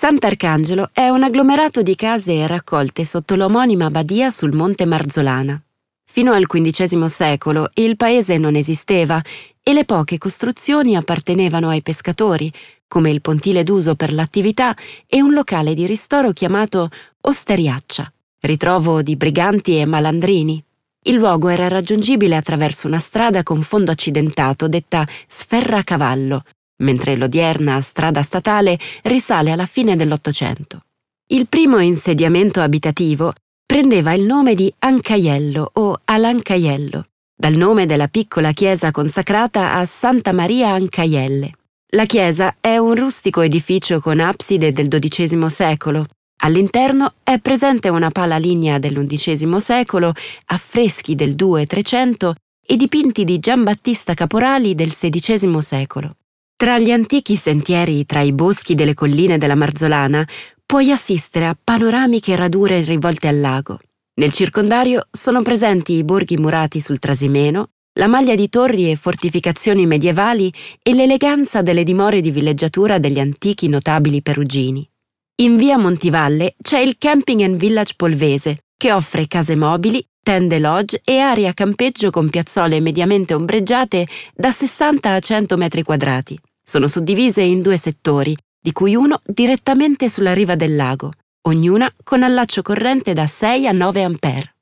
Sant'Arcangelo è un agglomerato di case raccolte sotto l'omonima abbadia sul Monte Marzolana. Fino al XV secolo il paese non esisteva e le poche costruzioni appartenevano ai pescatori, come il pontile d'uso per l'attività e un locale di ristoro chiamato Osteriaccia, ritrovo di briganti e malandrini. Il luogo era raggiungibile attraverso una strada con fondo accidentato detta Sferracavallo, mentre l'odierna strada statale risale alla fine dell'Ottocento. Il primo insediamento abitativo prendeva il nome di Ancaiello o Alancaiello, dal nome della piccola chiesa consacrata a Santa Maria Ancaielle. La chiesa è un rustico edificio con abside del XII secolo. All'interno è presente una pala lignea dell'XI secolo, affreschi del 200-300 e dipinti di Giambattista Caporali del XVI secolo. Tra gli antichi sentieri tra i boschi delle colline della Marzolana puoi assistere a panoramiche radure rivolte al lago. Nel circondario sono presenti i borghi murati sul Trasimeno, la maglia di torri e fortificazioni medievali e l'eleganza delle dimore di villeggiatura degli antichi notabili perugini. In via Montivalle c'è il Camping and Village Polvese, che offre case mobili, tende lodge e aree a campeggio con piazzole mediamente ombreggiate da 60 a 100 metri quadrati. Sono suddivise in 2 settori, di cui uno direttamente sulla riva del lago, ognuna con allaccio corrente da 6 a 9 ampere.